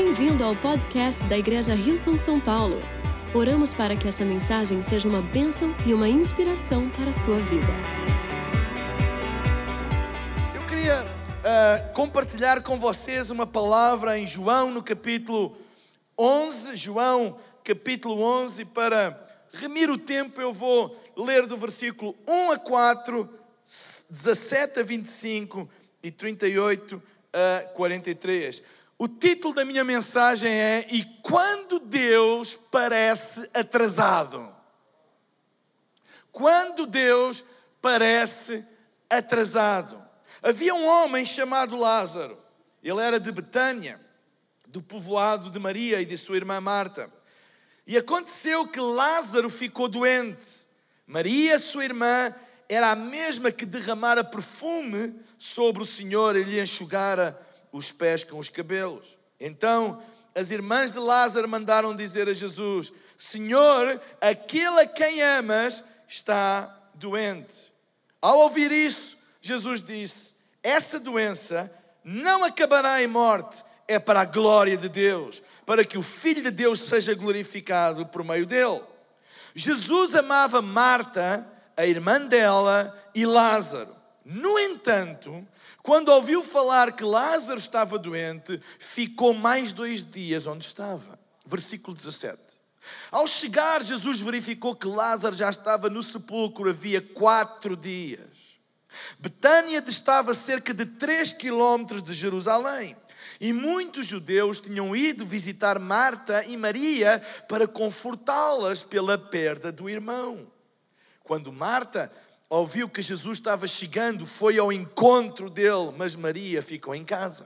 Bem-vindo ao podcast da Igreja Hillsong São Paulo. Oramos para que essa mensagem seja uma bênção e uma inspiração para a sua vida. Eu queria compartilhar com vocês uma palavra em João, no capítulo 11. João, capítulo 11, para remir o tempo, eu vou ler do versículo 1 a 4, 17 a 25 e 38 a 43. O título da minha mensagem é: E quando Deus parece atrasado? Quando Deus parece atrasado. Havia um homem chamado Lázaro. Ele era de Betânia, do povoado de Maria e de sua irmã Marta. E aconteceu que Lázaro ficou doente. Maria, sua irmã, era a mesma que derramara perfume sobre o Senhor e lhe enxugara os pés com os cabelos. Então, as irmãs de Lázaro mandaram dizer a Jesus: Senhor, aquele a quem amas está doente. Ao ouvir isso, Jesus disse: essa doença não acabará em morte, é para a glória de Deus, para que o Filho de Deus seja glorificado por meio dele. Jesus amava Marta, a irmã dela, e Lázaro. No entanto, quando ouviu falar que Lázaro estava doente, ficou mais 2 dias onde estava. Versículo 17. Ao chegar, Jesus verificou que Lázaro já estava no sepulcro havia 4 dias. Betânia distava cerca de 3 quilômetros de Jerusalém. E muitos judeus tinham ido visitar Marta e Maria para confortá-las pela perda do irmão. Quando Marta ouviu que Jesus estava chegando, foi ao encontro dele, mas Maria ficou em casa.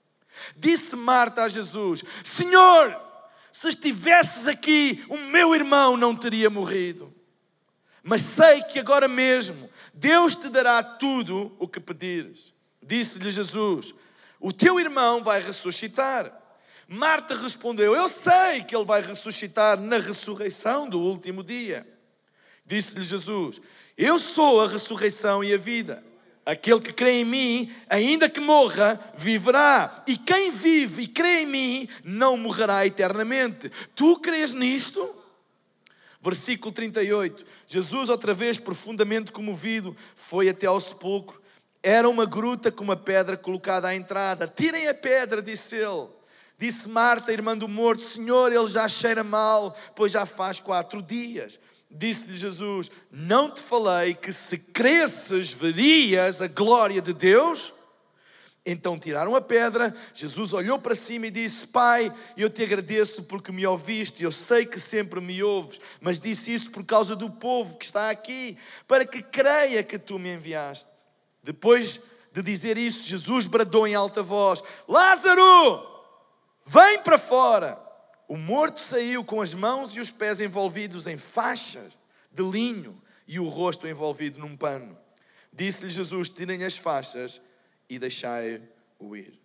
Disse Marta a Jesus: Senhor, se estivesses aqui, o meu irmão não teria morrido. Mas sei que agora mesmo Deus te dará tudo o que pedires. Disse-lhe Jesus: o teu irmão vai ressuscitar. Marta respondeu: eu sei que ele vai ressuscitar na ressurreição do último dia. Disse-lhe Jesus: eu sou a ressurreição e a vida. Aquele que crê em mim, ainda que morra, viverá. E quem vive e crê em mim, não morrerá eternamente. Tu crês nisto? Versículo 38. Jesus, outra vez profundamente comovido, foi até ao sepulcro. Era uma gruta com uma pedra colocada à entrada. Tirem a pedra, disse ele. Disse Marta, irmã do morto: Senhor, ele já cheira mal, pois já faz 4 dias. Disse-lhe Jesus: não te falei que se cresces verias a glória de Deus? Então tiraram a pedra. Jesus olhou para cima e disse: Pai, eu te agradeço porque me ouviste. Eu sei que sempre me ouves, mas disse isso por causa do povo que está aqui, para que creia que tu me enviaste. Depois de dizer isso, Jesus bradou em alta voz: Lázaro, vem para fora. O morto saiu com as mãos e os pés envolvidos em faixas de linho e o rosto envolvido num pano. Disse-lhe Jesus: tirem as faixas e deixai-o ir.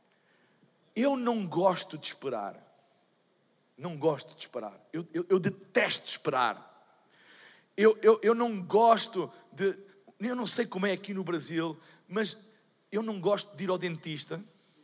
Eu não gosto de esperar. Não gosto de esperar. Eu detesto esperar. Eu não gosto de... Eu não sei como é aqui no Brasil, mas eu não gosto de ir ao dentista.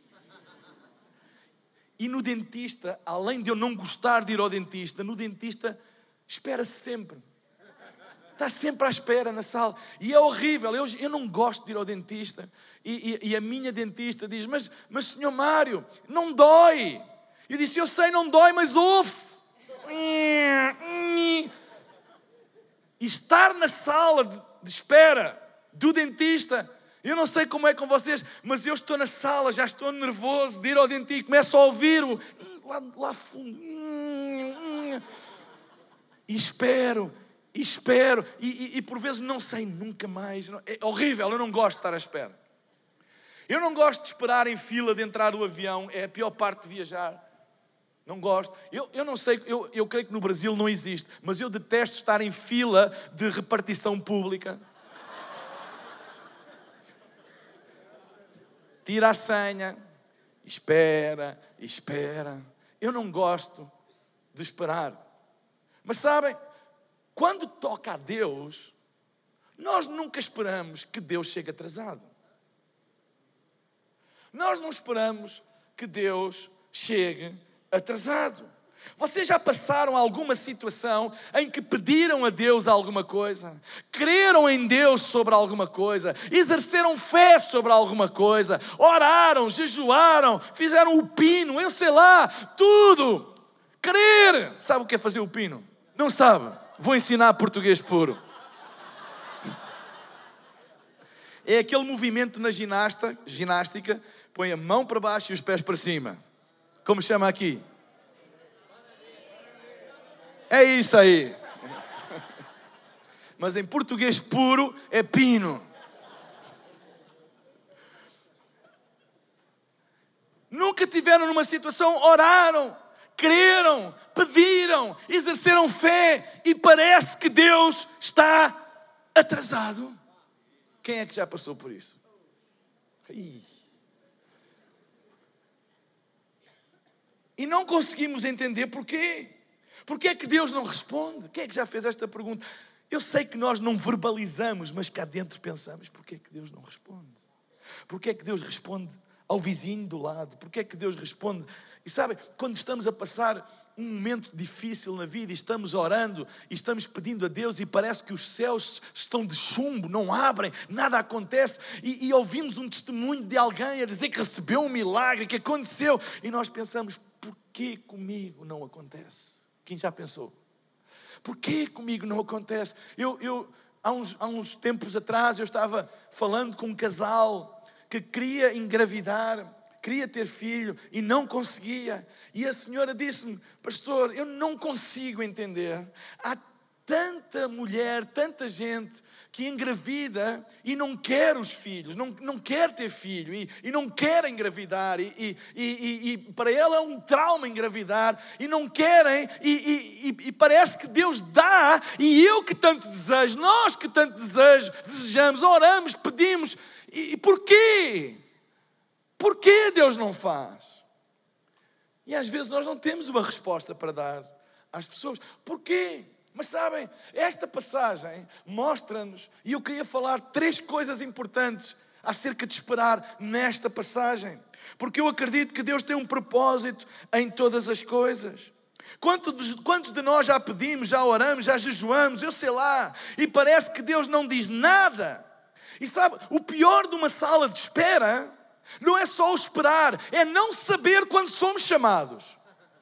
E no dentista, além de eu não gostar de ir ao dentista, no dentista espera-se sempre. Está sempre à espera na sala. E é horrível. Eu não gosto de ir ao dentista. E a minha dentista diz: mas senhor Mário, não dói. Eu disse: eu sei, não dói, mas ouve-se. E estar na sala de espera do dentista, eu não sei como é com vocês, mas eu estou na sala, já estou nervoso de ir ao dentista e começo a ouvir o lá fundo. E espero. E por vezes não sei nunca mais. É horrível, eu não gosto de estar à espera. Eu não gosto de esperar em fila de entrar o avião, é a pior parte de viajar. Não gosto. Eu não sei, eu creio que no Brasil não existe, mas eu detesto estar em fila de repartição pública. Tira a senha, espera. Eu não gosto de esperar. Mas sabem, quando toca a Deus, nós nunca esperamos que Deus chegue atrasado. Nós não esperamos que Deus chegue atrasado. Vocês já passaram alguma situação em que pediram a Deus alguma coisa? Creram em Deus sobre alguma coisa? Exerceram fé sobre alguma coisa? Oraram, jejuaram, fizeram o pino, eu sei lá, tudo. Crer. Sabe o que é fazer o pino? Não sabe? Vou ensinar português puro. É aquele movimento na ginástica, põe a mão para baixo e os pés para cima. Como chama aqui? É isso aí. Mas em português puro é pino. Nunca tiveram numa situação, oraram, creram, pediram, exerceram fé e parece que Deus está atrasado. Quem é que já passou por isso? E não conseguimos entender porquê. Porquê é que Deus não responde? Quem é que já fez esta pergunta? Eu sei que nós não verbalizamos, mas cá dentro pensamos, porquê é que Deus não responde? Porquê é que Deus responde ao vizinho do lado? Porquê é que Deus responde? E sabe, quando estamos a passar um momento difícil na vida e estamos orando e estamos pedindo a Deus e parece que os céus estão de chumbo, não abrem, nada acontece e ouvimos um testemunho de alguém a dizer que recebeu um milagre, que aconteceu e nós pensamos, porquê comigo não acontece? Quem já pensou? Porquê comigo não acontece? Há uns tempos atrás eu estava falando com um casal que queria engravidar, queria ter filho e não conseguia. E a senhora disse-me, pastor, eu não consigo entender. Há tanta mulher, tanta gente que engravida e não quer os filhos, não quer ter filho e não quer engravidar e para ela é um trauma engravidar e não querem e parece que Deus dá e eu que tanto desejo, nós que tanto desejamos, oramos, pedimos e porquê? Porquê Deus não faz? E às vezes nós não temos uma resposta para dar às pessoas. Porquê? Mas sabem, esta passagem mostra-nos, e eu queria falar 3 coisas importantes acerca de esperar nesta passagem. Porque eu acredito que Deus tem um propósito em todas as coisas. Quantos de nós já pedimos, já oramos, já jejuamos, eu sei lá, e parece que Deus não diz nada. E sabe, o pior de uma sala de espera não é só o esperar, é não saber quando somos chamados.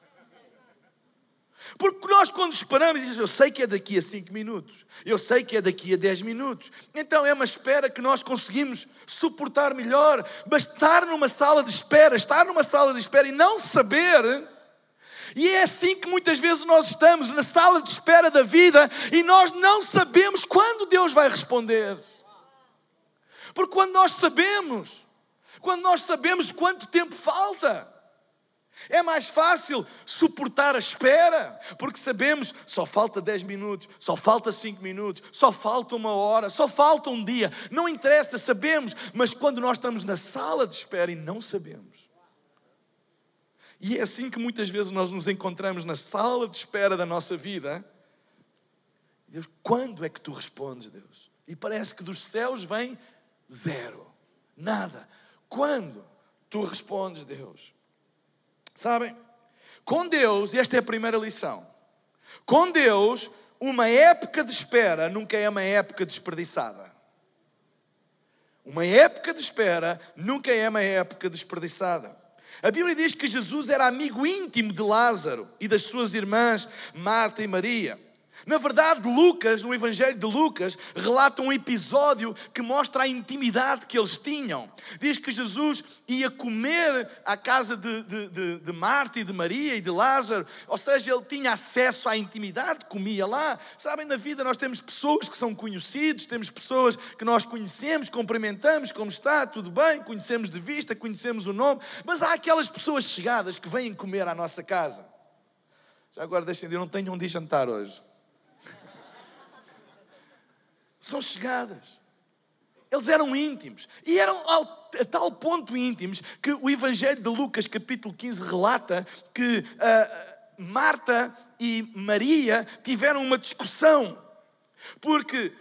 Porque nós quando esperamos, dizemos, eu sei que é daqui a 5 minutos, eu sei que é daqui a 10 minutos. Então é uma espera que nós conseguimos suportar melhor. Mas estar numa sala de espera e não saber, e é assim que muitas vezes nós estamos na sala de espera da vida e nós não sabemos quando Deus vai responder. Porque quando nós sabemos quanto tempo falta, é mais fácil suportar a espera, porque sabemos, só falta 10 minutos, só falta 5 minutos, só falta 1 hora, só falta um dia. Não interessa, sabemos, mas quando nós estamos na sala de espera e não sabemos. E é assim que muitas vezes nós nos encontramos na sala de espera da nossa vida. Deus, quando é que tu respondes, Deus? E parece que dos céus vem 0, nada. Quando tu respondes, Deus? Sabem? Com Deus, e esta é a primeira lição, com Deus, uma época de espera nunca é uma época desperdiçada. Uma época de espera nunca é uma época desperdiçada. A Bíblia diz que Jesus era amigo íntimo de Lázaro e das suas irmãs Marta e Maria. Na verdade, Lucas, no Evangelho de Lucas, relata um episódio que mostra a intimidade que eles tinham. Diz que Jesus ia comer à casa de Marta e de Maria e de Lázaro. Ou seja, ele tinha acesso à intimidade, comia lá. Sabem, na vida nós temos pessoas que são conhecidos, temos pessoas que nós conhecemos, cumprimentamos, como está, tudo bem, conhecemos de vista, conhecemos o nome. Mas há aquelas pessoas chegadas que vêm comer à nossa casa. Já agora deixem de, eu não tenho onde ir jantar hoje. São chegadas. Eles eram íntimos. E eram a tal ponto íntimos que o Evangelho de Lucas, capítulo 15, relata que Marta e Maria tiveram uma discussão. Porque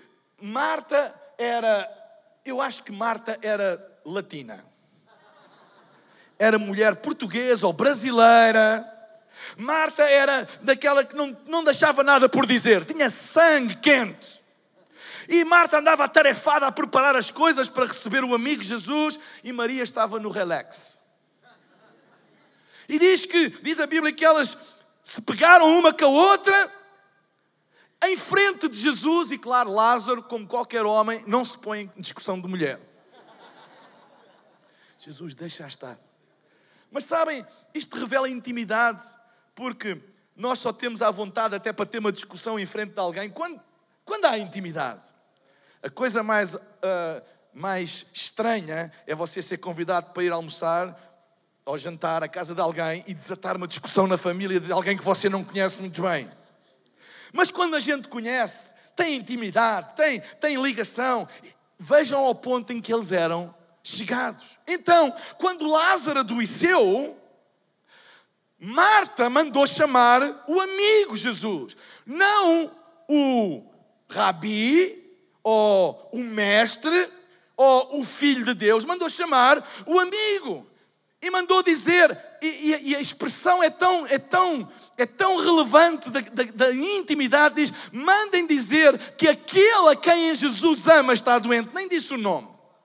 eu acho que Marta era latina. era mulher portuguesa ou brasileira. Marta era daquela que não deixava nada por dizer. Tinha sangue quente. E Marta andava atarefada a preparar as coisas para receber o amigo Jesus. E Maria estava no relax. E diz a Bíblia que elas se pegaram uma com a outra em frente de Jesus. E claro, Lázaro, como qualquer homem, não se põe em discussão de mulher. Jesus, deixa estar. Mas sabem, isto revela intimidade, porque nós só temos à vontade até para ter uma discussão em frente de alguém quando há intimidade. A coisa mais estranha é você ser convidado para ir almoçar ou jantar à casa de alguém e desatar uma discussão na família de alguém que você não conhece muito bem. Mas quando a gente conhece, tem intimidade, tem ligação, vejam ao ponto em que eles eram chegados. Então, quando Lázaro adoeceu, Marta mandou chamar o amigo Jesus, não o rabi, ou o mestre, ou o filho de Deus, mandou chamar o amigo. E mandou dizer, e a expressão é tão relevante da intimidade, diz, mandem dizer que aquele a quem Jesus ama está doente. Nem disse o nome.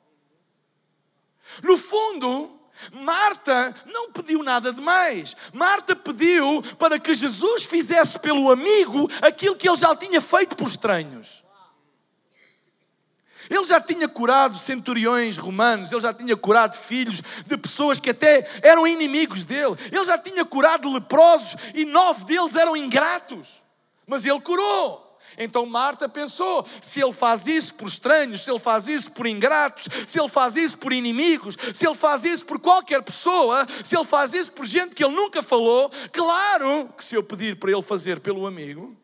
No fundo, Marta não pediu nada demais. Marta pediu para que Jesus fizesse pelo amigo aquilo que ele já tinha feito por estranhos. Ele já tinha curado centuriões romanos, ele já tinha curado filhos de pessoas que até eram inimigos dele. Ele já tinha curado leprosos e 9 deles eram ingratos. Mas ele curou. Então Marta pensou, se ele faz isso por estranhos, se ele faz isso por ingratos, se ele faz isso por inimigos, se ele faz isso por qualquer pessoa, se ele faz isso por gente que ele nunca falou, claro que se eu pedir para ele fazer pelo amigo,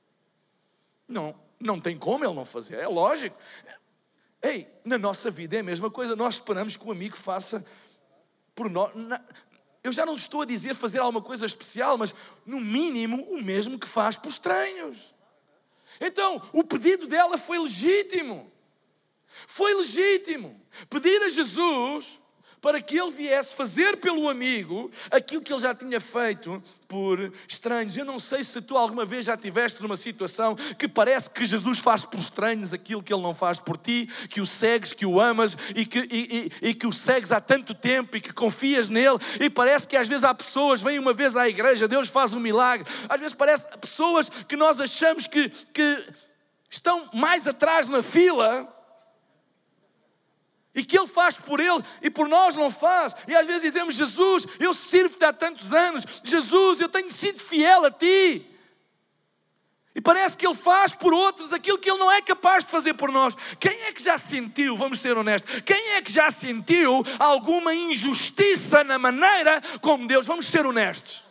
não tem como ele não fazer, é lógico. Ei, na nossa vida é a mesma coisa, nós esperamos que o amigo faça por nós. Eu já não estou a dizer fazer alguma coisa especial, mas no mínimo o mesmo que faz por estranhos. Então, o pedido dela foi legítimo. Foi legítimo. Pedir a Jesus para que ele viesse fazer pelo amigo aquilo que ele já tinha feito por estranhos. Eu não sei se tu alguma vez já estiveste numa situação que parece que Jesus faz por estranhos aquilo que ele não faz por ti, que o segues, que o amas e que o segues há tanto tempo e que confias nele, e parece que às vezes há pessoas, vêm uma vez à igreja, Deus faz um milagre, às vezes parece pessoas que nós achamos que estão mais atrás na fila, e que ele faz por ele e por nós não faz. E às vezes dizemos, Jesus, eu sirvo-te há tantos anos. Jesus, eu tenho sido fiel a ti. E parece que ele faz por outros aquilo que ele não é capaz de fazer por nós. Quem é que já sentiu, vamos ser honestos, quem é que já sentiu alguma injustiça na maneira como Deus, vamos ser honestos?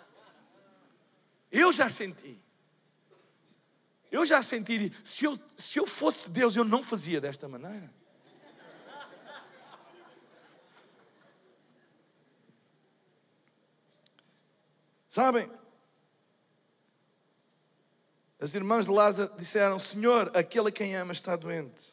Eu já senti. Se eu fosse Deus, eu não fazia desta maneira. Sabem, as irmãs de Lázaro disseram, Senhor, aquele a quem ama está doente.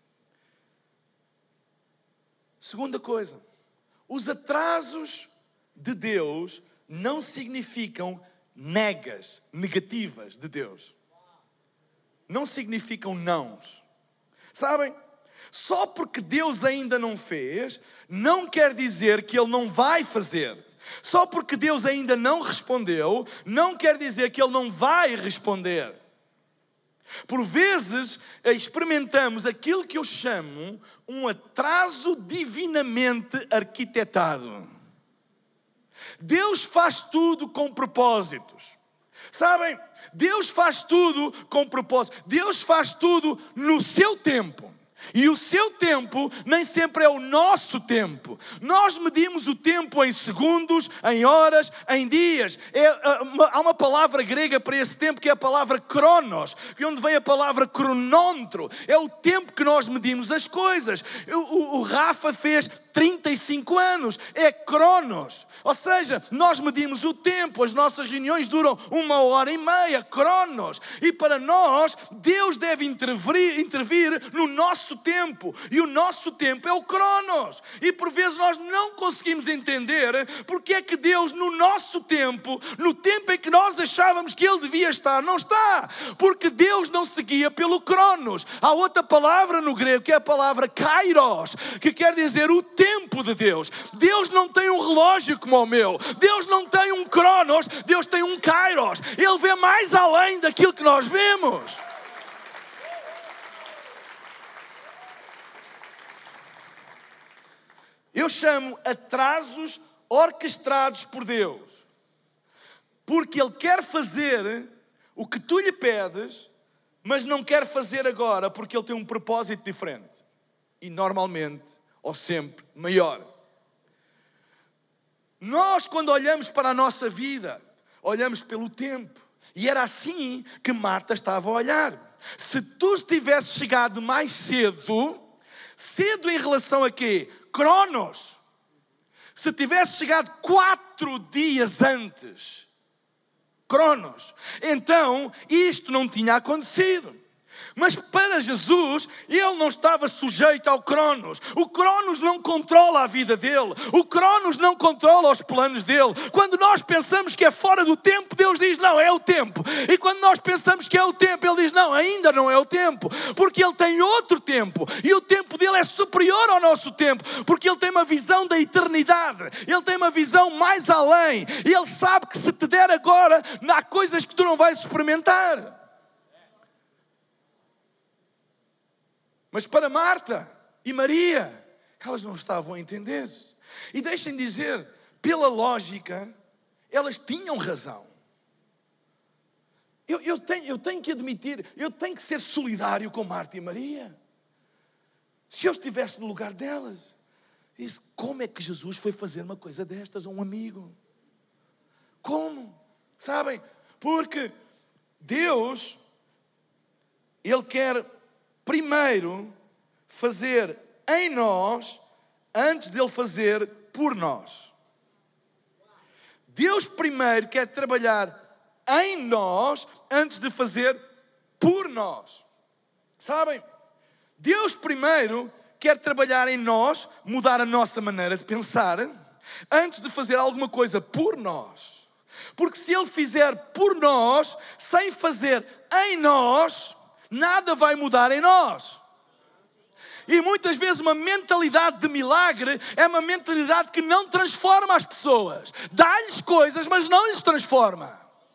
Segunda coisa, os atrasos de Deus não significam negativas de Deus. Não significam nãos. Sabem, só porque Deus ainda não fez, não quer dizer que Ele não vai fazer. Só porque Deus ainda não respondeu, não quer dizer que Ele não vai responder. Por vezes, experimentamos aquilo que eu chamo um atraso divinamente arquitetado. Deus faz tudo com propósitos. Sabem? Deus faz tudo com propósito. Deus faz tudo no seu tempo. E o seu tempo nem sempre é o nosso tempo. Nós medimos o tempo em segundos, em horas, em dias. Há uma palavra grega para esse tempo que é a palavra cronos, de onde vem a palavra cronômetro. É o tempo que nós medimos as coisas. O Rafa fez 35 anos. É cronos. Ou seja, nós medimos o tempo, as nossas reuniões duram 1h30, cronos. E para nós, Deus deve intervir no nosso tempo. E o nosso tempo é o cronos. E por vezes nós não conseguimos entender porque é que Deus no nosso tempo, no tempo em que nós achávamos que Ele devia estar, não está. Porque Deus não se guia pelo cronos. Há outra palavra no grego que é a palavra kairos, que quer dizer o tempo de Deus. Deus não tem um relógio como o meu. Deus não tem um cronos, Deus tem um kairos. Ele vê mais além daquilo que nós vemos. Eu chamo atrasos orquestrados por Deus. Porque Ele quer fazer o que tu lhe pedes, mas não quer fazer agora porque Ele tem um propósito diferente. E normalmente, ou sempre, maior. Nós, quando olhamos para a nossa vida, olhamos pelo tempo. E era assim que Marta estava a olhar. Se tu tivesses chegado mais cedo em relação a quê? Cronos. Se tivesses chegado 4 dias antes, cronos, então isto não tinha acontecido. Mas para Jesus, Ele não estava sujeito ao cronos. O cronos não controla a vida dele. O cronos não controla os planos dele. Quando nós pensamos que é fora do tempo, Deus diz, não, é o tempo. E quando nós pensamos que é o tempo, Ele diz, não, ainda não é o tempo. Porque Ele tem outro tempo. E o tempo dele é superior ao nosso tempo. Porque Ele tem uma visão da eternidade. Ele tem uma visão mais além. E Ele sabe que se te der agora, há coisas que tu não vais experimentar. Mas para Marta e Maria, elas não estavam a entender. E deixem dizer, pela lógica, elas tinham razão. Eu tenho que admitir, eu tenho que ser solidário com Marta e Maria. Se eu estivesse no lugar delas, disse, como é que Jesus foi fazer uma coisa destas a um amigo? Como? Sabem? Porque Deus, Ele quer primeiro fazer em nós antes de Ele fazer por nós. Deus primeiro quer trabalhar em nós antes de fazer por nós. Sabem? Deus primeiro quer trabalhar em nós, mudar a nossa maneira de pensar, antes de fazer alguma coisa por nós. Porque se Ele fizer por nós, sem fazer em nós, nada vai mudar em nós. E muitas vezes uma mentalidade de milagre é uma mentalidade que não transforma as pessoas. Dá-lhes coisas, mas não lhes transforma.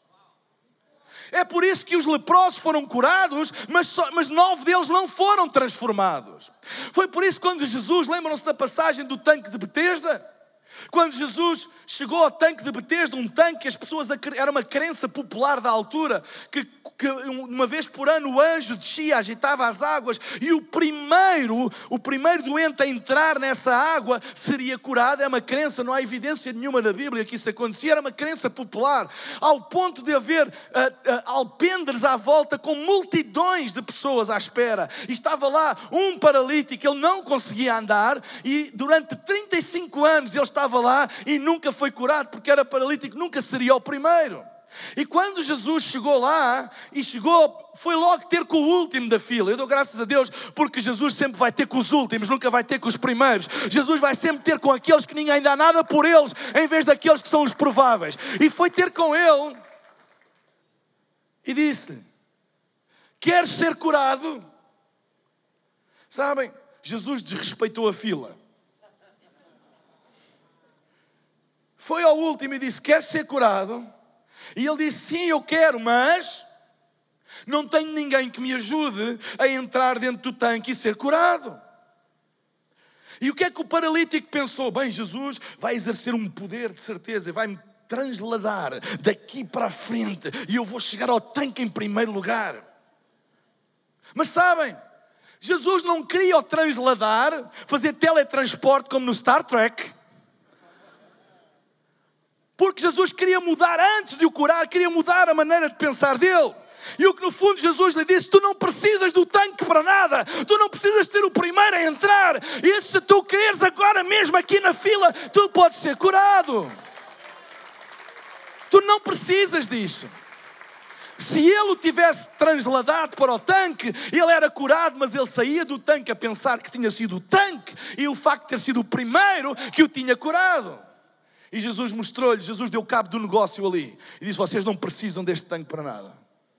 É por isso que os leprosos foram curados, mas 9 deles não foram transformados. Foi por isso que quando Jesus, lembram-se da passagem do tanque de Betesda? Quando Jesus chegou ao tanque de Betesda, um tanque que as pessoas, era uma crença popular da altura, que uma vez por ano o anjo descia, agitava as águas e o primeiro doente a entrar nessa água seria curado. É uma crença, não há evidência nenhuma na Bíblia que isso acontecia, era uma crença popular, ao ponto de haver alpendres à volta com multidões de pessoas à espera. E estava lá um paralítico, ele não conseguia andar e durante 35 anos ele estava lá e nunca foi curado, porque era paralítico, nunca seria o primeiro. E quando Jesus chegou lá, foi logo ter com o último da fila. Eu dou graças a Deus, porque Jesus sempre vai ter com os últimos, nunca vai ter com os primeiros. Jesus vai sempre ter com aqueles que ninguém dá nada por eles, em vez daqueles que são os prováveis. E foi ter com ele e disse-lhe, queres ser curado? Sabem, Jesus desrespeitou a fila. Foi ao último e disse, queres ser curado? E ele disse, sim, eu quero, mas não tenho ninguém que me ajude a entrar dentro do tanque e ser curado. E o que é que o paralítico pensou? Bem, Jesus vai exercer um poder de certeza e vai-me transladar daqui para a frente e eu vou chegar ao tanque em primeiro lugar. Mas sabem, Jesus não queria o transladar, fazer teletransporte como no Star Trek. Porque Jesus queria mudar, antes de o curar, queria mudar a maneira de pensar dele. E o que no fundo Jesus lhe disse: tu não precisas do tanque para nada. Tu não precisas ser o primeiro a entrar. E se tu queres agora mesmo aqui na fila, tu podes ser curado. Tu não precisas disso. Se ele o tivesse transladado para o tanque, ele era curado, mas ele saía do tanque a pensar que tinha sido o tanque e o facto de ter sido o primeiro que o tinha curado. E Jesus mostrou-lhe, Jesus deu cabo do negócio ali e disse: vocês não precisam deste tanque para nada.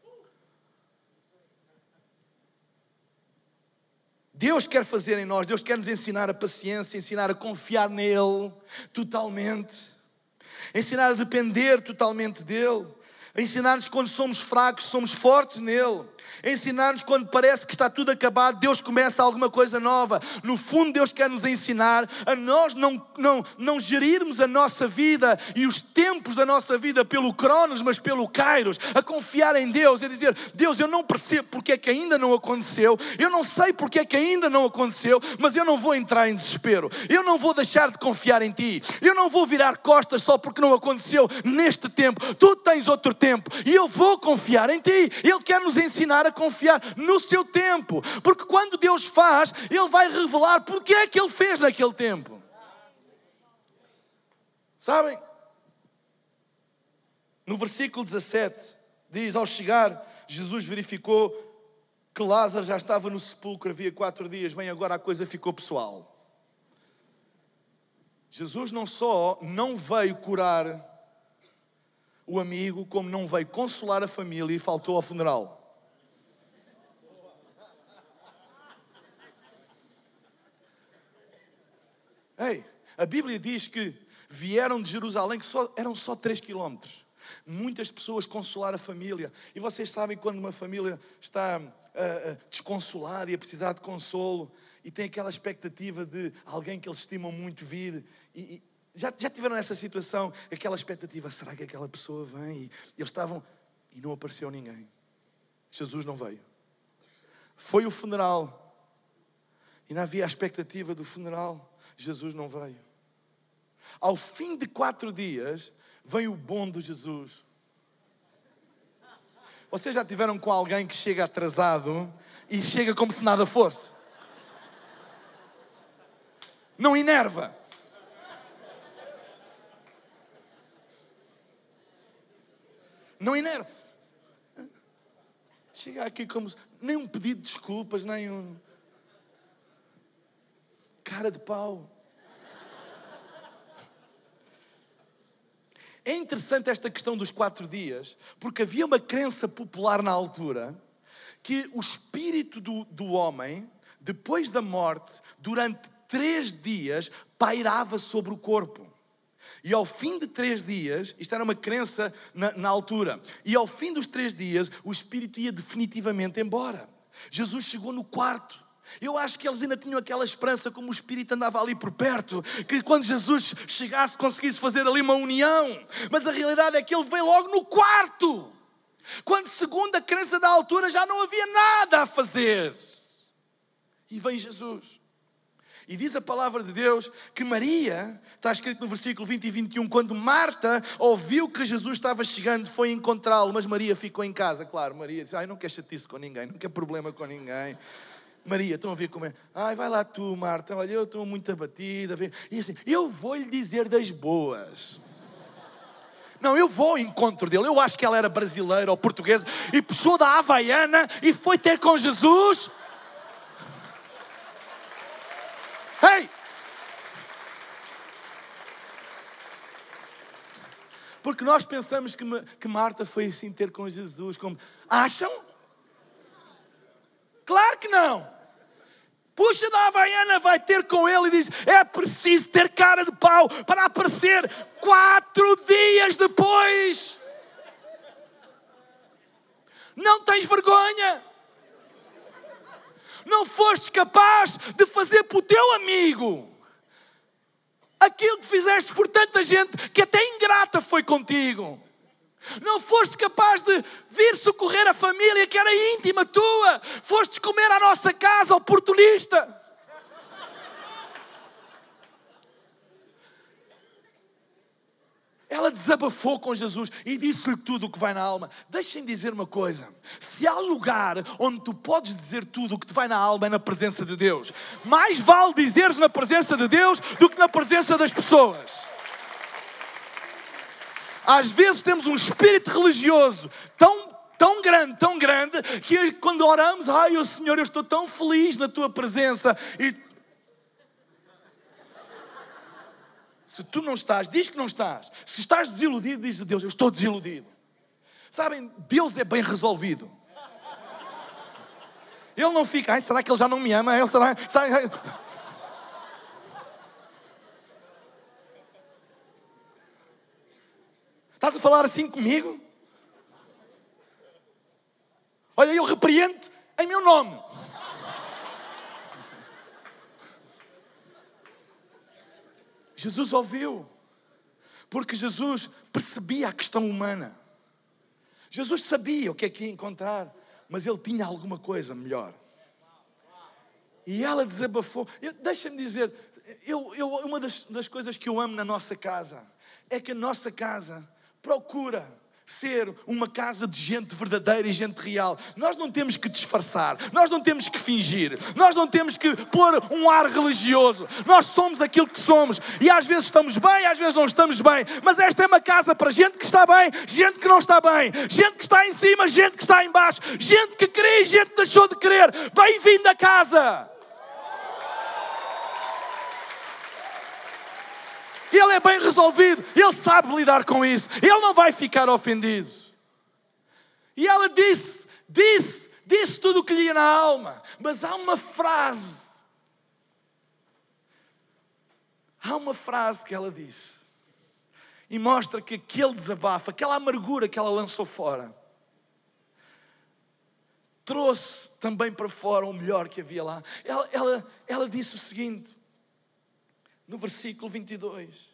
Deus quer fazer em nós, Deus quer nos ensinar a paciência, ensinar a confiar nele totalmente, ensinar a depender totalmente dele, a ensinar-nos quando somos fracos, somos fortes nele, a ensinar-nos quando parece que está tudo acabado, Deus começa alguma coisa nova. No fundo, Deus quer nos ensinar a nós não gerirmos a nossa vida e os tempos da nossa vida pelo Cronos, mas pelo Kairos, a confiar em Deus e a dizer: Deus, eu não percebo porque é que ainda não aconteceu, eu não sei porque é que ainda não aconteceu, mas eu não vou entrar em desespero, eu não vou deixar de confiar em Ti, eu não vou virar costas só porque não aconteceu neste tempo. Tu tens outro tempo e eu vou confiar em Ti. Ele quer nos ensinar a confiar no seu tempo, porque quando Deus faz, Ele vai revelar porque é que Ele fez naquele tempo. Sabem? No versículo 17 diz: ao chegar, Jesus verificou que Lázaro já estava no sepulcro havia 4 dias. Bem, agora a coisa ficou pessoal. Jesus não só não veio curar o amigo, como não veio consolar a família e faltou ao funeral. Ei, a Bíblia diz que vieram de Jerusalém, que eram só 3 quilómetros. Muitas pessoas consolar a família. E vocês sabem quando uma família está desconsolada e a precisar de consolo e tem aquela expectativa de alguém que eles estimam muito vir e já tiveram essa situação, aquela expectativa: será que aquela pessoa vem? E eles estavam e não apareceu ninguém. Jesus não veio. Foi o funeral e não havia a expectativa do funeral. Jesus não veio. Ao fim de 4 dias, vem o bom de Jesus. Vocês já tiveram com alguém que chega atrasado e chega como se nada fosse? Não enerva. Não enerva. Chega aqui como se... nem um pedido de desculpas, nem um... cara de pau. É interessante esta questão dos 4 dias, porque havia uma crença popular na altura que o espírito do homem, depois da morte, durante 3 dias, pairava sobre o corpo. E ao fim de 3 dias, isto era uma crença na altura, e ao fim dos 3 dias, o espírito ia definitivamente embora. Jesus chegou no 4º. Eu acho que eles ainda tinham aquela esperança, como o Espírito andava ali por perto, que quando Jesus chegasse conseguisse fazer ali uma união. Mas a realidade é que ele veio logo no 4º, quando, segundo a crença da altura, já não havia nada a fazer. E vem Jesus. E diz a palavra de Deus que Maria, está escrito no versículo 20 e 21, quando Marta ouviu que Jesus estava chegando, foi encontrá-lo, mas Maria ficou em casa. Claro, Maria disse: não quer chatice com ninguém, não quer problema com ninguém. Maria, estão a ver como é? Vai lá tu, Marta, olha, eu estou muito abatida. E assim, eu vou-lhe dizer das boas. Não, eu vou ao encontro dele. Eu acho que ela era brasileira ou portuguesa e puxou da Havaiana e foi ter com Jesus. Ei! Porque nós pensamos que Marta foi assim ter com Jesus. Como, acham? Claro que não. Puxa da Havaiana, vai ter com ele e diz: é preciso ter cara de pau para aparecer 4 dias depois. Não tens vergonha? Não foste capaz de fazer para o teu amigo aquilo que fizeste por tanta gente que até ingrata foi contigo. Não foste capaz de vir socorrer a família que era íntima tua. Fostes comer à nossa casa, oportunista. desabafou com Jesus e disse-lhe tudo o que vai na alma. Deixem dizer uma coisa. Se há lugar onde tu podes dizer tudo o que te vai na alma é na presença de Deus. Mais vale dizeres na presença de Deus do que na presença das pessoas. Às vezes temos um espírito religioso tão grande, que quando oramos, ai, Senhor, eu estou tão feliz na tua presença. E se tu não estás, diz que não estás. Se estás desiludido, diz a Deus, eu estou desiludido. Sabem, Deus é bem resolvido. Ele não fica, ai, será que ele já não me ama? Será? Estás a falar assim comigo? Olha, eu repreendo em meu nome. Jesus ouviu, porque Jesus percebia a questão humana. Jesus sabia o que é que ia encontrar, mas ele tinha alguma coisa melhor. E ela desabafou. Deixa-me dizer, uma das coisas que eu amo na nossa casa é que a nossa casa procura ser uma casa de gente verdadeira e gente real. Nós não temos que disfarçar, nós não temos que fingir, nós não temos que pôr um ar religioso. Nós somos aquilo que somos e às vezes estamos bem, às vezes não estamos bem, mas esta é uma casa para gente que está bem, gente que não está bem, gente que está em cima, gente que está em baixo, gente que queria e gente que deixou de querer. Bem-vindo a casa! Ele é bem resolvido, ele sabe lidar com isso, ele não vai ficar ofendido. E ela disse tudo o que lhe ia na alma, mas há uma frase que ela disse, e mostra que aquele desabafo, aquela amargura que ela lançou fora, trouxe também para fora o melhor que havia lá. Ela disse o seguinte, no versículo 22.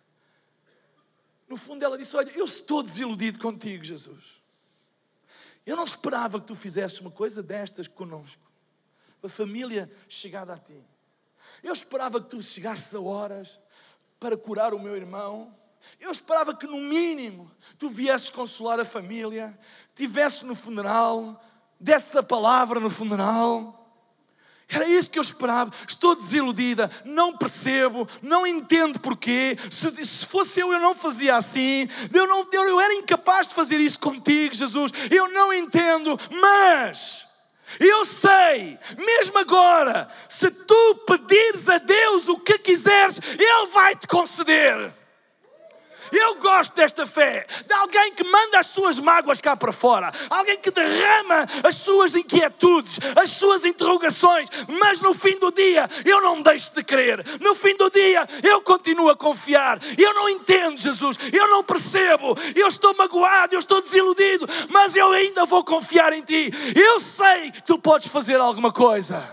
No fundo ela disse, olha, eu estou desiludido contigo, Jesus. Eu não esperava que tu fizesses uma coisa destas connosco. A família chegada a ti. Eu esperava que tu chegasses a horas para curar o meu irmão. Eu esperava que no mínimo tu viesses consolar a família, estivesses no funeral, desses a palavra no funeral. Era isso que eu esperava. Estou desiludida, não percebo, não entendo porquê. Se fosse eu não fazia assim. Eu era incapaz de fazer isso contigo, Jesus. Eu não entendo, mas eu sei, mesmo agora, se tu pedires a Deus o que quiseres, Ele vai te conceder. Eu gosto desta fé, de alguém que manda as suas mágoas cá para fora, alguém que derrama as suas inquietudes, as suas interrogações, mas no fim do dia eu não deixo de crer, no fim do dia eu continuo a confiar. Eu não entendo, Jesus, eu não percebo, eu estou magoado, eu estou desiludido, mas eu ainda vou confiar em Ti. Eu sei que Tu podes fazer alguma coisa.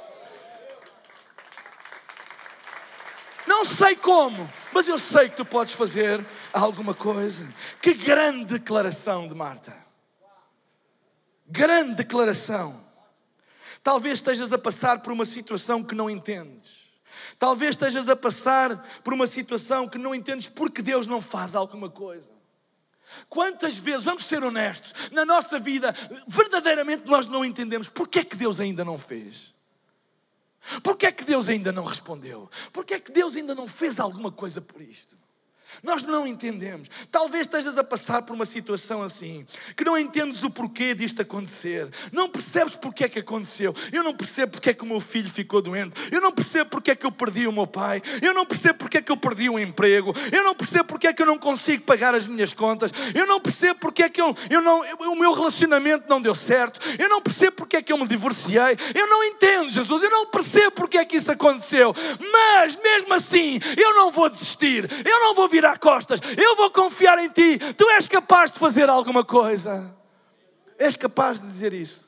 Não sei como, mas eu sei que tu podes fazer alguma coisa. Que grande declaração de Marta. Grande declaração. Talvez estejas a passar por uma situação que não entendes. Talvez estejas a passar por uma situação que não entendes porque Deus não faz alguma coisa. Quantas vezes, vamos ser honestos, na nossa vida, verdadeiramente nós não entendemos porque é que Deus ainda não fez. Porquê é que Deus ainda não respondeu? Porquê é que Deus ainda não fez alguma coisa por isto? Nós não entendemos. Talvez estejas a passar por uma situação assim, que não entendes o porquê disto acontecer. Não percebes porque é que aconteceu. Eu não percebo porque é que o meu filho ficou doente. Eu não percebo porque é que eu perdi o meu pai. Eu não percebo porque é que eu perdi o emprego. Eu não percebo porque é que eu não consigo pagar as minhas contas. Eu não percebo porque é que o meu relacionamento não deu certo. Eu não percebo porque é que eu me divorciei. Eu não entendo, Jesus. Eu não percebo porque é que isso aconteceu. Mas, mesmo assim, eu não vou desistir. Eu não vou virar costas, eu vou confiar em Ti. Tu és capaz de fazer alguma coisa. És capaz de dizer isso.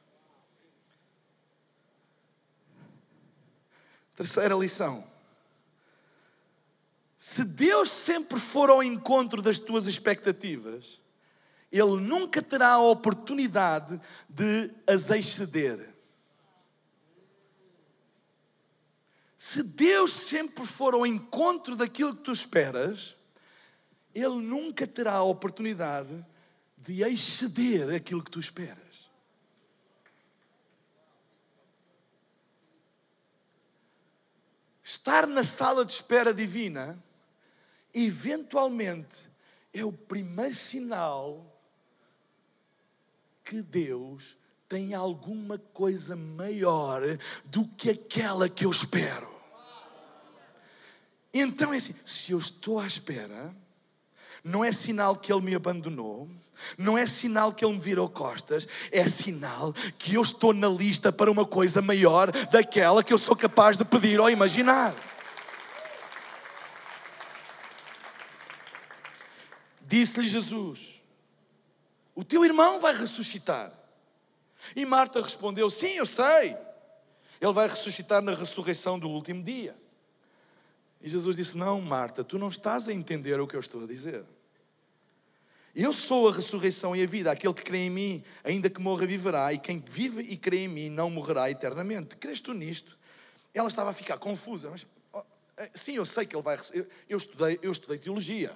Terceira lição. Se Deus sempre for ao encontro das tuas expectativas, Ele nunca terá a oportunidade de as exceder. Se Deus sempre for ao encontro daquilo que tu esperas, Ele nunca terá a oportunidade de exceder aquilo que tu esperas. Estar na sala de espera divina, eventualmente, é o primeiro sinal que Deus tem alguma coisa maior do que aquela que eu espero. Então é assim, se eu estou à espera, não é sinal que Ele me abandonou, não é sinal que Ele me virou costas, é sinal que eu estou na lista para uma coisa maior daquela que eu sou capaz de pedir ou imaginar. Disse-lhe Jesus: o teu irmão vai ressuscitar. E Marta respondeu: sim, eu sei. Ele vai ressuscitar na ressurreição do último dia. E Jesus disse: não, Marta, tu não estás a entender o que eu estou a dizer. Eu sou a ressurreição e a vida. Aquele que crê em mim, ainda que morra, viverá. E quem vive e crê em mim não morrerá eternamente. Crês tu nisto? Ela estava a ficar confusa. Mas, sim, eu sei que ele vai... Eu estudei teologia.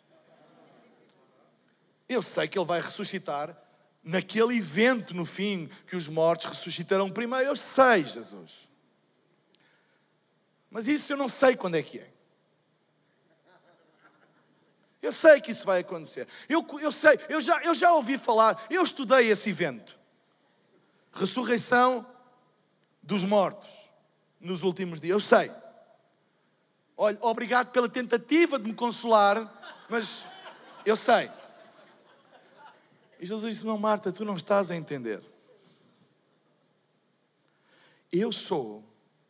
Eu sei que ele vai ressuscitar naquele evento no fim, que os mortos ressuscitarão primeiro. Eu sei, Jesus. Mas isso eu não sei quando é que é. Eu sei que isso vai acontecer. Eu sei, eu já ouvi falar, eu estudei esse evento. Ressurreição dos mortos nos últimos dias. Eu sei. Olha, obrigado pela tentativa de me consolar, mas eu sei. E Jesus disse: não, Marta, tu não estás a entender. Eu sou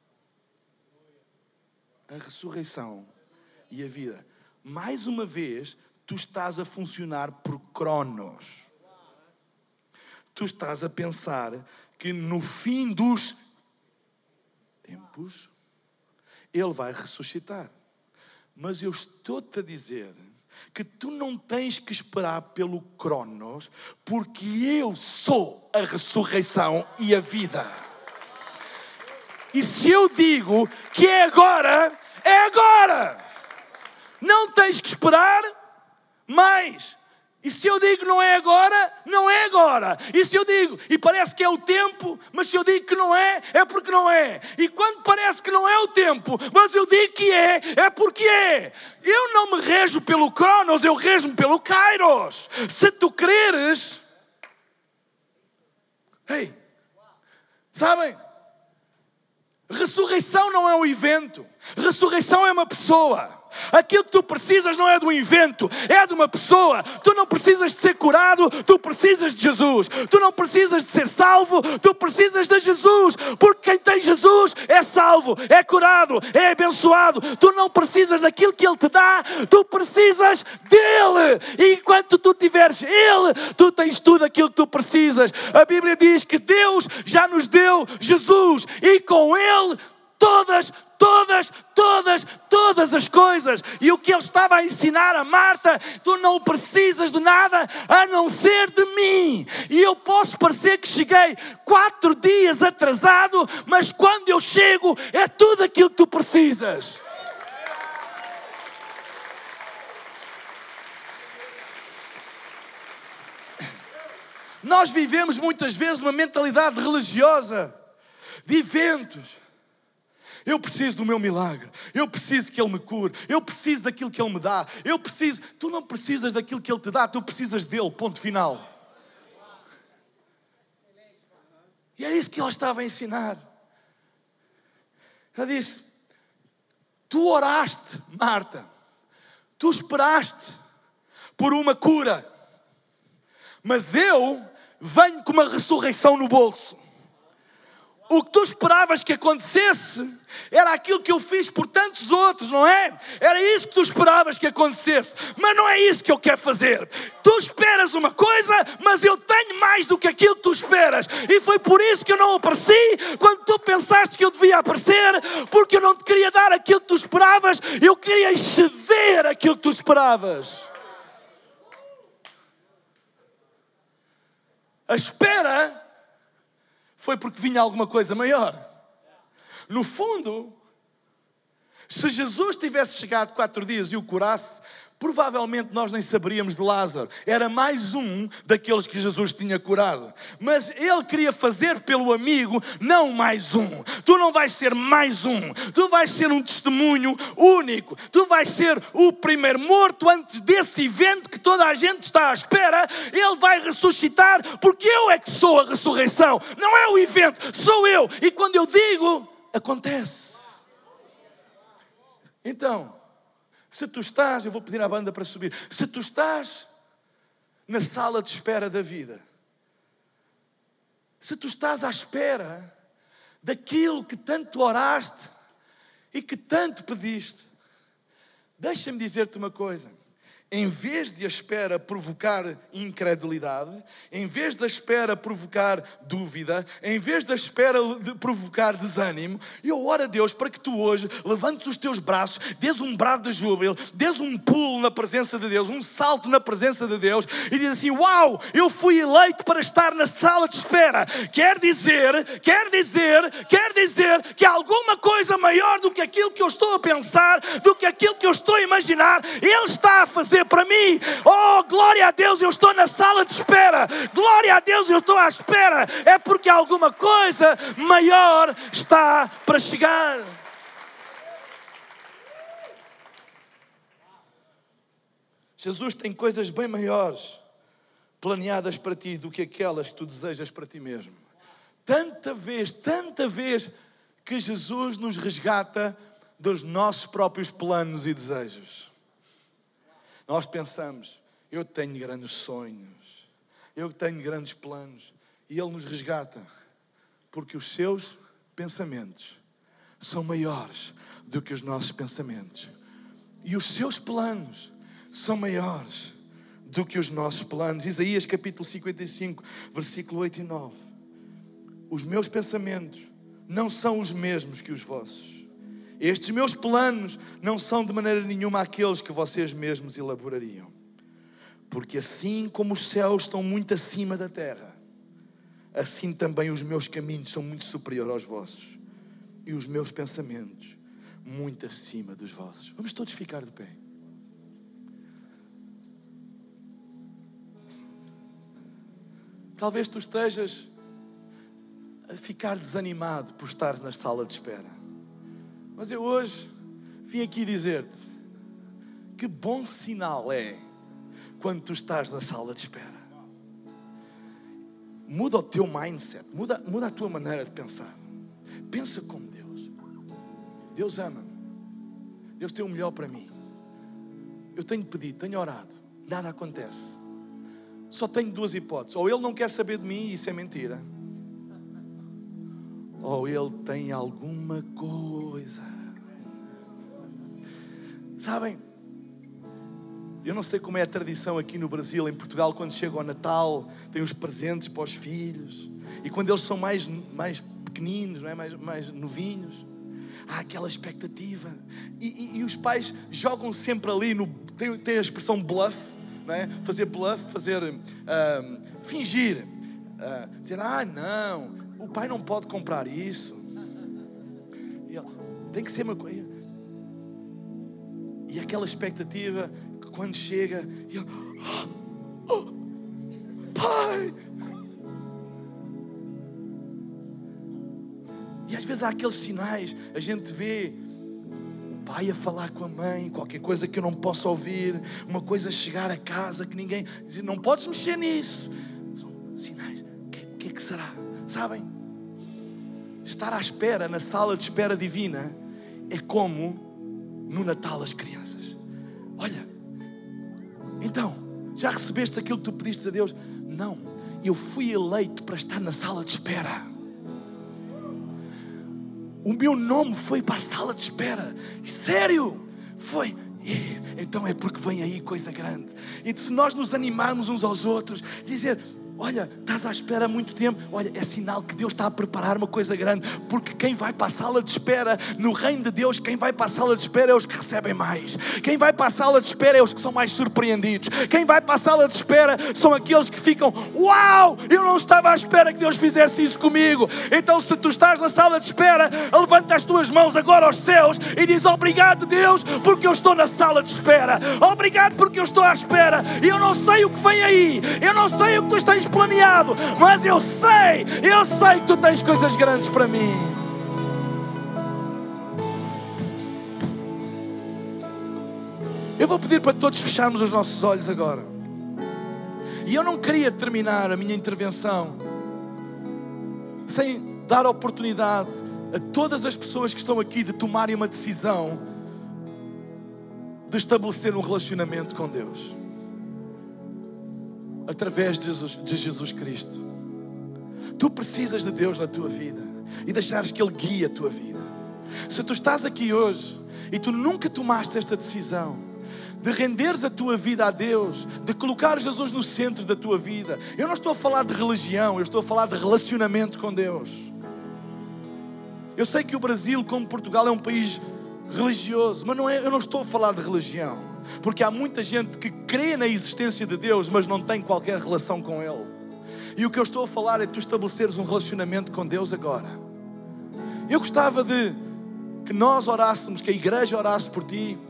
a ressurreição e a vida. Mais uma vez, tu estás a funcionar por cronos. Tu estás a pensar que no fim dos tempos, Ele vai ressuscitar. Mas eu estou-te a dizer que tu não tens que esperar pelo cronos, porque eu sou a ressurreição e a vida. E se eu digo que é agora, é agora. Não tens que esperar mais. E se eu digo não é agora, não é agora. E se eu digo, e parece que é o tempo, mas se eu digo que não é, é porque não é. E quando parece que não é o tempo, mas eu digo que é porque é. Eu não me rejo pelo Cronos, eu rejo-me pelo Kairos. Se tu creres... Ei, sabem? Ressurreição não é um evento. Ressurreição é uma pessoa. Aquilo que tu precisas não é de um evento, é de uma pessoa. Tu não precisas de ser curado, tu precisas de Jesus. Tu não precisas de ser salvo, tu precisas de Jesus. Porque quem tem Jesus é salvo, é curado, é abençoado. Tu não precisas daquilo que Ele te dá, tu precisas dEle. E enquanto tu tiveres Ele, tu tens tudo aquilo que tu precisas. A Bíblia diz que Deus já nos deu Jesus e com Ele todas as coisas. E o que Ele estava a ensinar a Marta: tu não precisas de nada a não ser de mim. E eu posso parecer que cheguei 4 dias atrasado, mas quando eu chego é tudo aquilo que tu precisas. Nós vivemos muitas vezes uma mentalidade religiosa de eventos. Eu preciso do meu milagre. Eu preciso que Ele me cure. Eu preciso daquilo que Ele me dá. Eu preciso... Tu não precisas daquilo que Ele te dá. Tu precisas dEle. Ponto final. E é isso que Ele estava a ensinar. Ela disse: tu oraste, Marta. Tu esperaste por uma cura. Mas eu venho com uma ressurreição no bolso. O que tu esperavas que acontecesse era aquilo que eu fiz por tantos outros, não é? Era isso que tu esperavas que acontecesse. Mas não é isso que eu quero fazer. Tu esperas uma coisa, mas eu tenho mais do que aquilo que tu esperas. E foi por isso que eu não apareci quando tu pensaste que eu devia aparecer, porque eu não te queria dar aquilo que tu esperavas, eu queria exceder aquilo que tu esperavas. A espera foi porque vinha alguma coisa maior. No fundo, se Jesus tivesse chegado 4 dias e o curasse, Provavelmente nós nem saberíamos de Lázaro. Era mais um daqueles que Jesus tinha curado. Mas ele queria fazer pelo amigo, não mais um. Tu não vais ser mais um. Tu vais ser um testemunho único. Tu vais ser o primeiro morto antes desse evento que toda a gente está à espera. Ele vai ressuscitar porque eu é que sou a ressurreição. Não é o evento, sou eu. E quando eu digo, acontece. Então, se tu estás, eu vou pedir à banda para subir. Se tu estás na sala de espera da vida, se tu estás à espera daquilo que tanto oraste e que tanto pediste, deixa-me dizer-te uma coisa. Em vez de a espera provocar incredulidade, em vez da espera provocar dúvida, em vez da espera de provocar desânimo, eu oro a Deus para que tu hoje levantes os teus braços, dês um brado de júbilo, dês um pulo na presença de Deus, um salto na presença de Deus e diz assim: uau, eu fui eleito para estar na sala de espera. Quer dizer que há alguma coisa maior do que aquilo que eu estou a pensar, do que aquilo que eu estou a imaginar, Ele está a fazer para mim. Oh, glória a Deus, eu estou na sala de espera. Glória a Deus, eu estou à espera. É porque alguma coisa maior está para chegar. Jesus tem coisas bem maiores planeadas para ti do que aquelas que tu desejas para ti mesmo. Tanta vez que Jesus nos resgata dos nossos próprios planos e desejos. Nós pensamos, eu tenho grandes sonhos, eu tenho grandes planos, e Ele nos resgata, porque os seus pensamentos são maiores do que os nossos pensamentos, e os seus planos são maiores do que os nossos planos. Isaías capítulo 55, versículo 8 e 9. Os meus pensamentos não são os mesmos que os vossos. Estes meus planos não são de maneira nenhuma aqueles que vocês mesmos elaborariam. Porque assim como os céus estão muito acima da terra, assim também os meus caminhos são muito superiores aos vossos. E os meus pensamentos muito acima dos vossos. Vamos todos ficar de pé. Talvez tu estejas a ficar desanimado por estar na sala de espera. Mas eu hoje vim aqui dizer-te que bom sinal é quando tu estás na sala de espera. Muda o teu mindset, muda a tua maneira de pensar. Pensa como Deus. Deus ama-me. Deus tem o melhor para mim. Eu tenho pedido, tenho orado, nada acontece. Só tenho duas hipóteses. Ou Ele não quer saber de mim e isso é mentira, ou Ele tem alguma coisa. Sabem, eu não sei como é a tradição aqui no Brasil, em Portugal, quando chega ao Natal, tem os presentes para os filhos. E quando eles são mais pequeninos, não é? mais novinhos, há aquela expectativa. E os pais jogam sempre ali, tem a expressão bluff, não é? Fazer bluff, fingir. Dizer, não, o pai não pode comprar isso. Tem que ser uma coisa. E aquela expectativa que quando chega, ele, pai. E às vezes há aqueles sinais, a gente vê o pai a falar com a mãe, qualquer coisa que eu não possa ouvir, uma coisa chegar a casa que ninguém diz, não podes mexer nisso. São sinais. O que é que será? Sabem? Estar à espera na sala de espera divina é como no Natal as crianças. Olha, então, já recebeste aquilo que tu pediste a Deus? Não, eu fui eleito para estar na sala de espera. O meu nome foi para a sala de espera. Sério? Foi. Então é porque vem aí coisa grande. E se nós nos animarmos uns aos outros, dizer, Olha, estás à espera há muito tempo. Olha, é sinal que Deus está a preparar uma coisa grande. Porque quem vai para a sala de espera, no reino de Deus, quem vai para a sala de espera é os que recebem mais. Quem vai para a sala de espera é os que são mais surpreendidos. Quem vai para a sala de espera são aqueles que ficam: uau, eu não estava à espera que Deus fizesse isso comigo. Então, se tu estás na sala de espera, levanta as tuas mãos agora aos céus e diz: obrigado, Deus, porque eu estou na sala de espera. Obrigado porque eu estou à espera. E eu não sei o que vem aí. Eu não sei o que tu tens planeado, mas eu sei que tu tens coisas grandes para mim. Eu vou pedir para todos fecharmos os nossos olhos agora. E eu não queria terminar a minha intervenção sem dar oportunidade a todas as pessoas que estão aqui de tomarem uma decisão de estabelecer um relacionamento com Deus através de Jesus Cristo. Tu precisas de Deus na tua vida e deixares que Ele guie a tua vida. Se tu estás aqui hoje e tu nunca tomaste esta decisão de renderes a tua vida a Deus, de colocar Jesus no centro da tua vida, eu não estou a falar de religião, eu estou a falar de relacionamento com Deus. Eu sei que o Brasil, como Portugal, é um país religioso, mas eu não estou a falar de religião. Porque há muita gente que crê na existência de Deus, mas não tem qualquer relação com Ele. E o que eu estou a falar é tu estabeleceres um relacionamento com Deus agora. Eu gostava de que nós orássemos, que a igreja orasse por ti.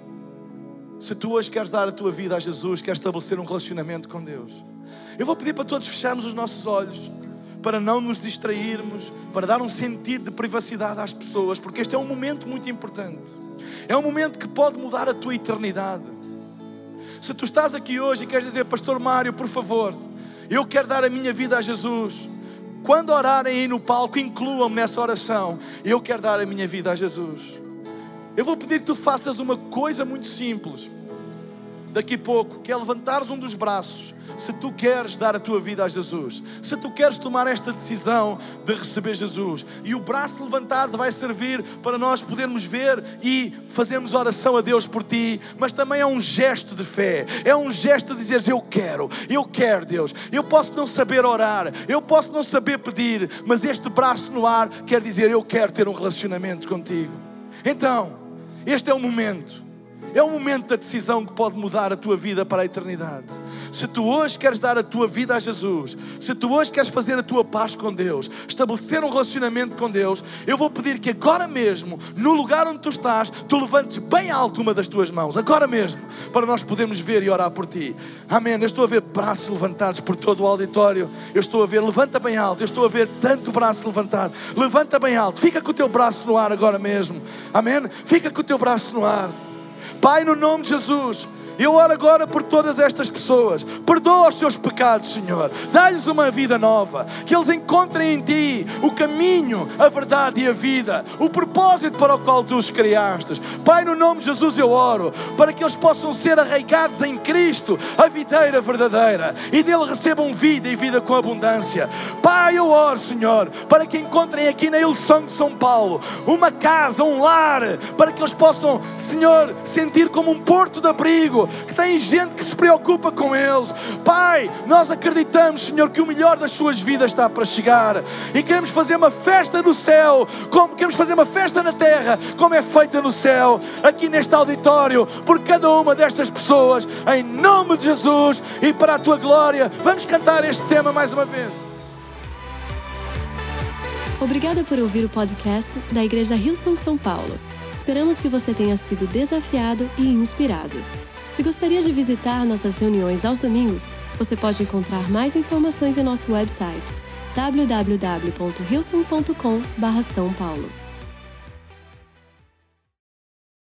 Se tu hoje queres dar a tua vida a Jesus, queres estabelecer um relacionamento com Deus, eu vou pedir para todos fecharmos os nossos olhos, para não nos distrairmos, para dar um sentido de privacidade às pessoas, porque este é um momento muito importante. É um momento que pode mudar a tua eternidade. Se tu estás aqui hoje e queres dizer: Pastor Mário, por favor, eu quero dar a minha vida a Jesus. Quando orarem aí no palco, incluam-me nessa oração. Eu quero dar a minha vida a Jesus. Eu vou pedir que tu faças uma coisa muito simples daqui a pouco, que é levantares um dos braços. Se tu queres dar a tua vida a Jesus, se tu queres tomar esta decisão de receber Jesus, e o braço levantado vai servir para nós podermos ver e fazermos oração a Deus por ti, mas também é um gesto de fé, é um gesto de dizeres: eu quero Deus. Eu posso não saber orar, eu posso não saber pedir, mas este braço no ar quer dizer: eu quero ter um relacionamento contigo. Então, este é o momento. É um momento da decisão que pode mudar a tua vida para a eternidade. Se tu hoje queres dar a tua vida a Jesus, se tu hoje queres fazer a tua paz com Deus, estabelecer um relacionamento com Deus, eu vou pedir que agora mesmo, no lugar onde tu estás, tu levantes bem alto uma das tuas mãos, agora mesmo, para nós podermos ver e orar por ti. Amém. Eu estou a ver braços levantados por todo o auditório. Eu estou a ver, levanta bem alto. Eu estou a ver tanto braço levantado. Levanta bem alto. Fica com o teu braço no ar agora mesmo. Amém. Fica com o teu braço no ar. Pai, no nome de Jesus, eu oro agora por todas estas pessoas. Perdoa os seus pecados, Senhor. Dá-lhes uma vida nova. Que eles encontrem em Ti o caminho, a verdade e a vida. O propósito para o qual Tu os criaste. Pai, no nome de Jesus eu oro para que eles possam ser arraigados em Cristo, a videira verdadeira, e dele recebam vida e vida com abundância. Pai, eu oro, Senhor, para que encontrem aqui na Hillsong de São Paulo uma casa, um lar, para que eles possam, Senhor, sentir como um porto de abrigo, que tem gente que se preocupa com eles. Pai, nós acreditamos, Senhor, que o melhor das suas vidas está para chegar, e queremos fazer uma festa no céu, como queremos fazer uma festa na terra, como é feita no céu, aqui neste auditório, por cada uma destas pessoas, em nome de Jesus e para a Tua glória. Vamos cantar este tema mais uma vez. Obrigada por ouvir o podcast da Igreja Hillsong São Paulo. Esperamos que você tenha sido desafiado e inspirado. Se gostaria de visitar nossas reuniões aos domingos, você pode encontrar mais informações em nosso website www.hillsong.com/São Paulo.